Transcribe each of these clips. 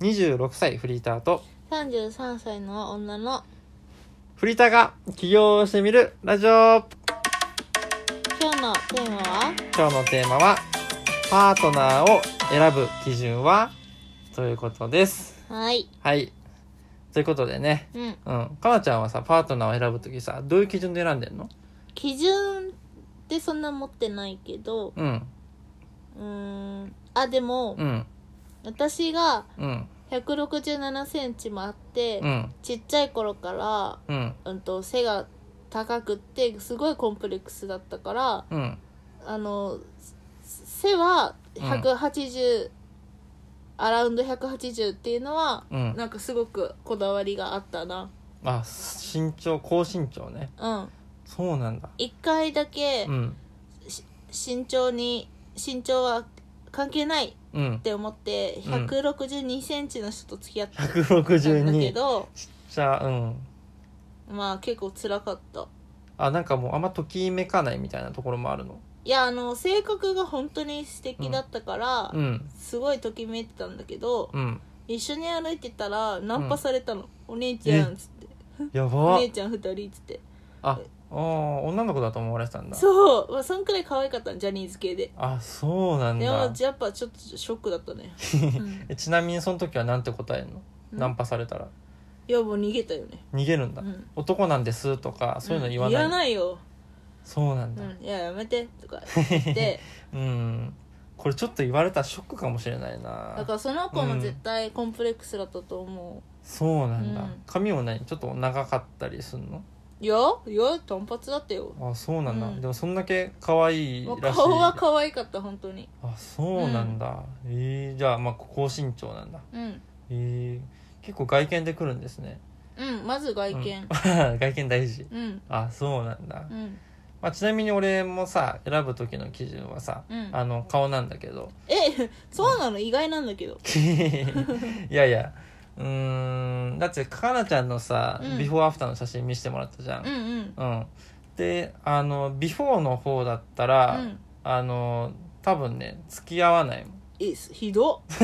26歳フリーターと 33歳の女のフリーターが起業してみるラジオ。 今日のテーマは今日のテーマはパートナーを選ぶ基準はということです。 はいということでね、かなちゃんはさ、パートナーを選ぶときさ、どういう基準で選んでんの？ 基準ってそんな持ってないけど、でも、私が167センチもあって、ちっちゃい頃から、背が高くってすごいコンプレックスだったから、背は180、アラウンド180っていうのは、なんかすごくこだわりがあったな。 高身長ね。そうなんだ。 一回だけ、身長は関係ないって思って、162センチの人と付き合ったんだけど、まあ結構辛かった。 なんかもうあんまときめかないみたいなところもあるの？ いや、性格が本当に素敵だったから、すごいときめいてたんだけど、一緒に歩いてたらナンパされたの、お姉ちゃんっつって。 やば。 お姉ちゃん2人っつって。 女の子だと思われてたんだ。 そう、そんくらい可愛かったの、ジャニーズ系で。 そうなんだ。 でもやっぱちょっとショックだったね。 ちなみにその時はなんて答えんの？ナンパされたら。 いや、もう逃げたよね。 逃げるんだ。男なんですとかそういうの言わない？ 言わないよ。 そうなんだ。 いや、やめてとか言ってこれちょっと言われたらショックかもしれないな。 だからその子も絶対コンプレックスだったと思う。 そうなんだ。髪もちょっと長かったりすんの？ いや単発だったよ。 そうなんだ。でもそんだけ可愛いらしい。 顔は可愛かった、本当に。 そうなんだ。じゃあ高身長なんだ。結構外見で来るんですね。 まず外見。 外見大事。そうなんだ。ちなみに俺もさ、選ぶ時の基準はさ、顔なんだけど。 そうなの？意外なんだけど。 いやいや、だってかなちゃんのさ、ビフォーアフターの写真見せてもらったじゃん。で、ビフォーの方だったら、多分ね付き合わないもん。 ひどっ。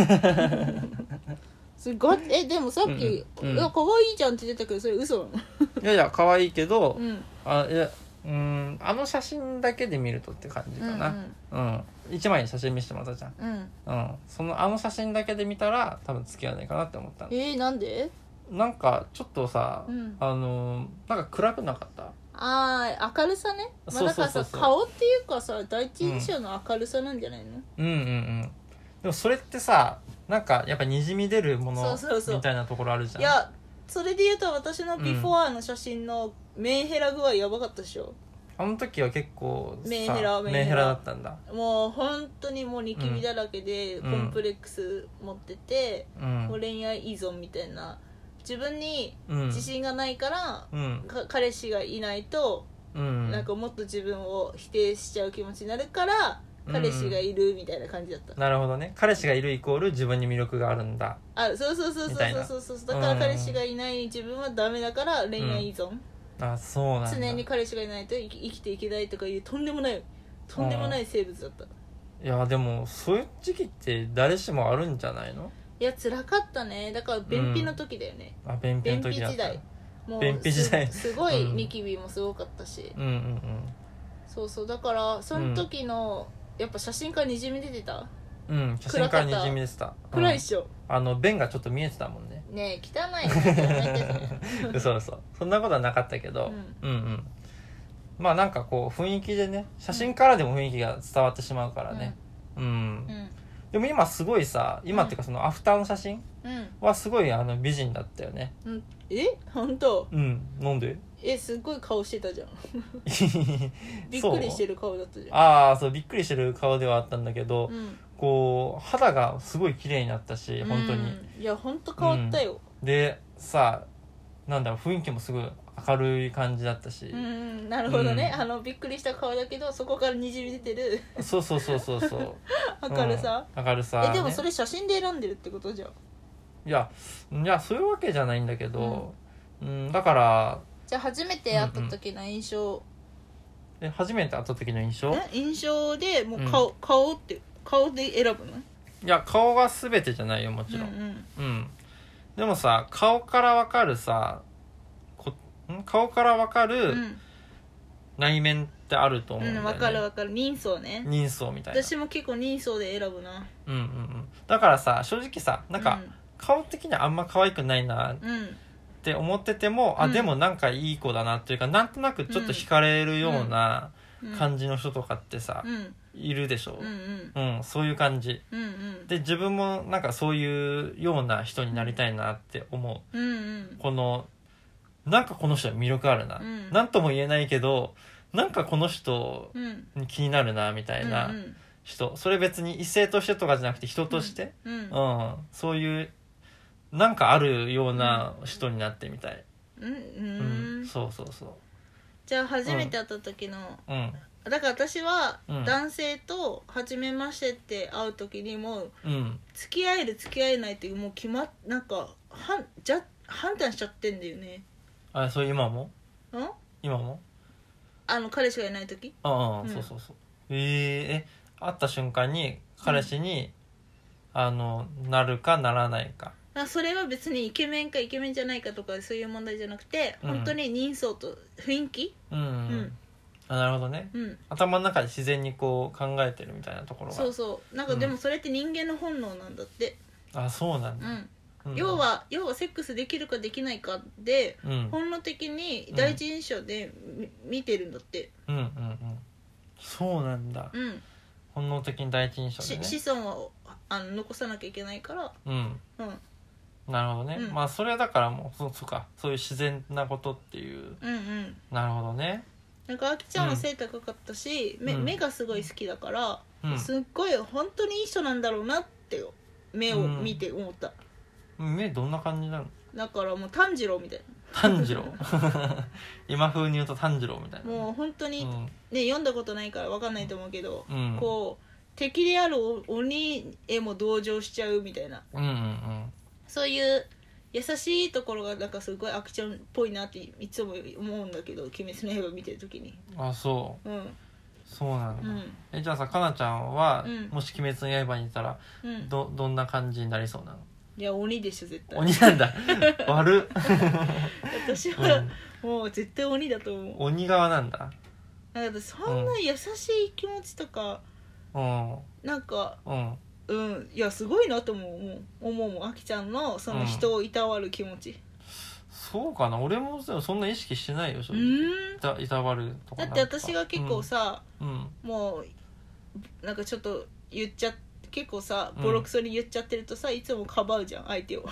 でもさっき、可愛いじゃんって言ってたけど、それ嘘なの？ いや可愛いけど、あの写真だけで見るとって感じかな。1枚に写真見せてもらったじゃん。あの写真だけで見たら多分付き合わないかなって思ったの。 なんで？ なんかちょっとさ、なんか暗くなかった？ 明るさね。だからさ、顔っていうかさ、第一印象の明るさなんじゃないの？ でもそれってさ、なんかやっぱにじみ出るものみたいなところあるじゃん。 いや、それで言うと私のビフォーの写真のメンヘラ具合やばかったでしょ。 あの時は結構さメンヘラだったんだ。 もう本当にもうニキビだらけで、コンプレックス持ってて、もう恋愛依存みたいな、自分に自信がないから、彼氏がいないと、なんかもっと自分を否定しちゃう気持ちになるから、彼氏がいるみたいな感じだった。 なるほどね。彼氏がいるイコール自分に魅力があるんだ。 そうだから彼氏がいない自分はダメだから恋愛依存。 そうなんだ。 常に彼氏がいないと生きていけないとかいうとんでもない生物だった。 いやでもそういう時期って誰しもあるんじゃないの？ いや辛かったね。だから便秘の時だよね。 便秘の時だった。 便秘時代すごいニキビもすごかったし。そうだからその時のやっぱ写真からにじみ出てた。 写真からにじみ出てた。 暗いっしょ。 便がちょっと見えてたもんね。 ねえ汚いね。 嘘そんなことはなかったけど、まあなんかこう雰囲気でね、写真からでも雰囲気が伝わってしまうからね。でも今すごいさ、今っていうかそのアフターの写真はすごい美人だったよね。 本当？ なんで？ すっごい顔してたじゃん。びっくりしてる顔だったじゃん。 そうびっくりしてる顔ではあったんだけど、こう肌がすごい綺麗になったし、本当に。 いや本当変わったよ。 でさ、なんだろう、雰囲気もすごい明るい感じだったし。 なるほどね。びっくりした顔だけどそこからにじみ出てる。 そう明るさ。 明るさ。 でもそれ写真で選んでるってことじゃん。 いやそういうわけじゃないんだけど、だからじゃあ初めて会った時の印象。 初めて会った時の印象？ 印象でもう顔で選ぶの？ いや顔が全てじゃないよもちろん、うん、でもさ顔から分かるさ顔から分かる内面ってあると思うんだよね。 分かる分かる。人相ね。 人相みたいな。 私も結構人相で選ぶな。 うんうんうん。だからさ正直さなんか、顔的にはあんま可愛くないなって思ってても、でもなんかいい子だなっていうかなんとなくちょっと惹かれるような感じの人とかってさ、いるでしょ、そういう感じ、で自分もなんかそういうような人になりたいなって思う、このなんかこの人は魅力あるな、なんとも言えないけどなんかこの人に気になるなみたいな人、それ別に異性としてとかじゃなくて人として、そういうなんかあるような人になってみたい。そうそうそう。 じゃあ初めて会った時の、だから私は男性と初めましてって会う時にも付き合える付き合えないっていうもうなんか判断しちゃってんだよね。 そう今も？今も？ 彼氏がいない時？ そうそうそう。会った瞬間に彼氏に、なるかならないか。 それは別にイケメンかイケメンじゃないかとかそういう問題じゃなくて、本当に人相と雰囲気。 なるほどね、頭の中で自然にこう考えてるみたいなところが。そうそう。なんかでもそれって人間の本能なんだって。 そうなんだ。 要はセックスできるかできないかで、本能的に第一印象で見てるんだって。 そうなんだ。本能的に第一印象でね。 子孫を残さなきゃいけないから。 なるほどね。まあそれはだからもうそういう自然なことっていう。なるほどね。 なんかあきちゃんは背高かったし、目がすごい好きだから、すっごい本当にいい人なんだろうなって目を見て思った。 目どんな感じなの？ だからもう炭治郎みたいな。 炭治郎今風に言うと炭治郎みたいな。 もう本当に、読んだことないから分かんないと思うけど、こう敵である鬼へも同情しちゃうみたいな、そういう優しいところがなんかすごいアクションっぽいなっていつも思うんだけど、鬼滅の刃見てる時に。 そうそうなんだ、じゃあさかなちゃんは、もし鬼滅の刃にいたら、どんな感じになりそうなの？ いや鬼でしょ絶対。 鬼なんだ悪っ私は、もう絶対鬼だと思う。 鬼側なんだ。 なんかそんな優しい気持ちとか、なんかいやすごいなと思うもんあきちゃんのその人をいたわる気持ち。 そうかな、俺もそんな意識してないよ正直。いたわるとか。 だって私が結構さ、もうなんかちょっと言っちゃって結構さボロクソに言っちゃってるとさ、いつもかばうじゃん相手を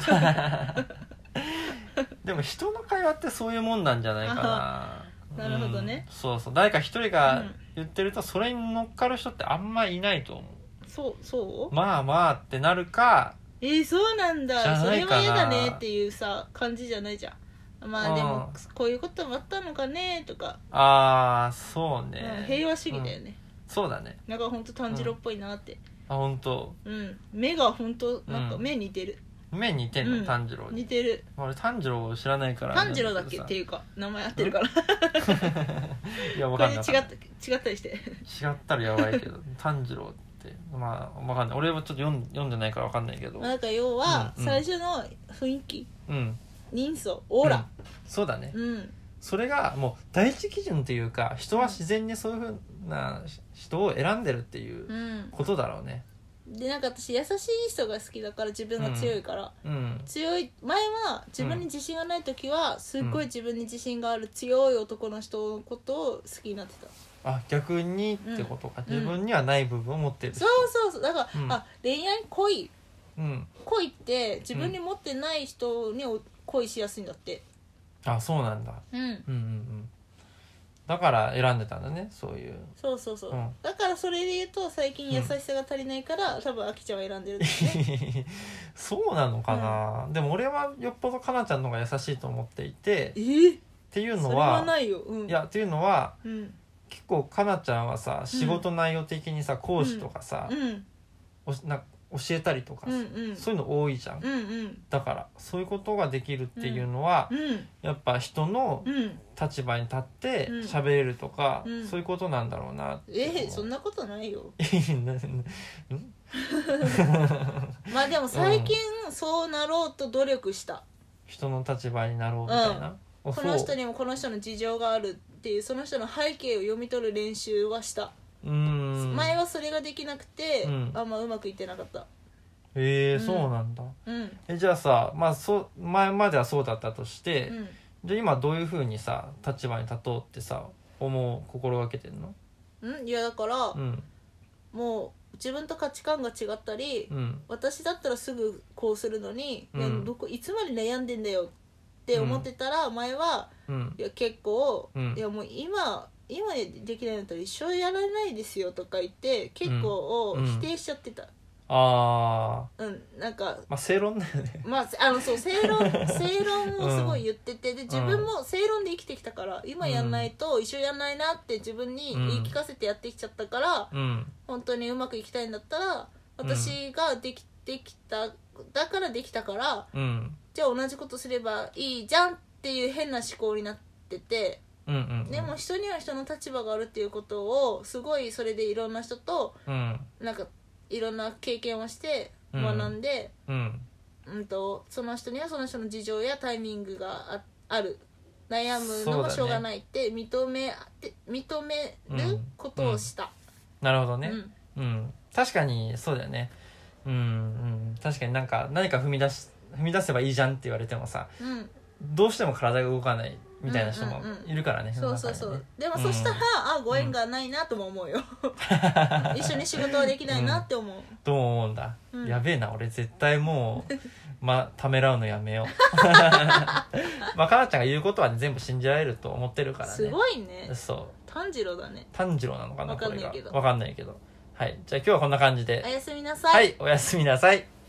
でも人の会話ってそういうもんなんじゃないかな。なるほどね、 そう誰か一人が言ってるとそれに乗っかる人ってあんまいないと思う。 そうまあってなるか。 そうなんだ。それは嫌だねっていうさ感じじゃないじゃん。まあでもこういうこともあったのかねとか。 そうね、 平和主義だよね。 そうだね。 なんかほんと炭治郎っぽいなって。 本当。 目がほんとなんか目似てる。 目似てんの？炭治郎に似てる。 俺炭治郎知らないから。 炭治郎だっけっていうか名前合ってるからいや分かんない。 これ違ったりして違ったらやばいけど炭治郎ってまあ分かんない。俺はちょっと読んでないから分かんないけど、 なんか要は最初の雰囲気、人相オーラ、 そうだね、それがもう第一基準っていうか、人は自然にそういう風な人を選んでるっていうことだろうね。 でなんか私優しい人が好きだから、自分が強いから、強い前は自分に自信がない時は、すっごい自分に自信がある強い男の人のことを好きになってた。 逆にってことか、自分にはない部分を持ってる人。 そうだから、恋愛恋って自分に持ってない人に恋しやすいんだって。 そうなんだ。だから選んでたんだね、そういう。そう、だからそれで言うと最近優しさが足りないから、多分あきちゃんは選んでるんだよねそうなのかな、でも俺はよっぽどかなちゃんの方が優しいと思っていて、っていうのはそれはないよ、 いやっていうのは、結構かなちゃんはさ、仕事内容的にさ、講師とかさ、教えたりとかさ、そういうの多いじゃん、だからそういうことができるっていうのは、やっぱ人の立場に立って喋れるとか、そういうことなんだろうなって。 そんなことないよまあでも最近そうなろうと努力した、 人の立場になろうみたいな、 この人にもこの人の事情があるっていうその人の背景を読み取る練習はした。前はそれができなくて、あんまうまくいってなかった。 そうなんだ、じゃあさ、まあ、前まではそうだったとして、じゃあ今どういう風にさ立場に立とうってさ心がけてんの？ いやだから、もう自分と価値観が違ったり、私だったらすぐこうするのに、いつまで悩んでんだよって思ってたら、前は、いや結構、いやもう今できないんだったら一生やられないですよとか言って結構否定しちゃってた。なんかまあ正論だよね。 まあそう正論をすごい言ってて、で自分も正論で生きてきたから、今やんないと一生やんないなって自分に言い聞かせてやってきちゃったから、本当にうまくいきたいんだったら、私ができただからできたから、じゃあ同じことすればいいじゃんっていう変な思考になってて、でも人には人の立場があるっていうことをすごい、それでいろんな人となんかいろんな経験をして学んで、その人にはその人の事情やタイミングがある、悩むのもしょうがないって認めることをした。 なるほどね。確かにそうだよね。確かに何か踏み出せばいいじゃんって言われてもさ、どうしても体が動かないみたいな人もいるからね。 そうでもそしたら、ご縁がないなとも思うよ。一緒に仕事はできないなって思う。 どう思うんだ、やべえな、俺絶対もうためらうのやめよう。まあかなちゃんが言うことは、ね、全部信じられると思ってるからね。 すごいね。 そう炭治郎だね。 炭治郎なのかな、 分かんないけど。 はい、じゃあ今日はこんな感じで。 おやすみなさい。 はい、おやすみなさい。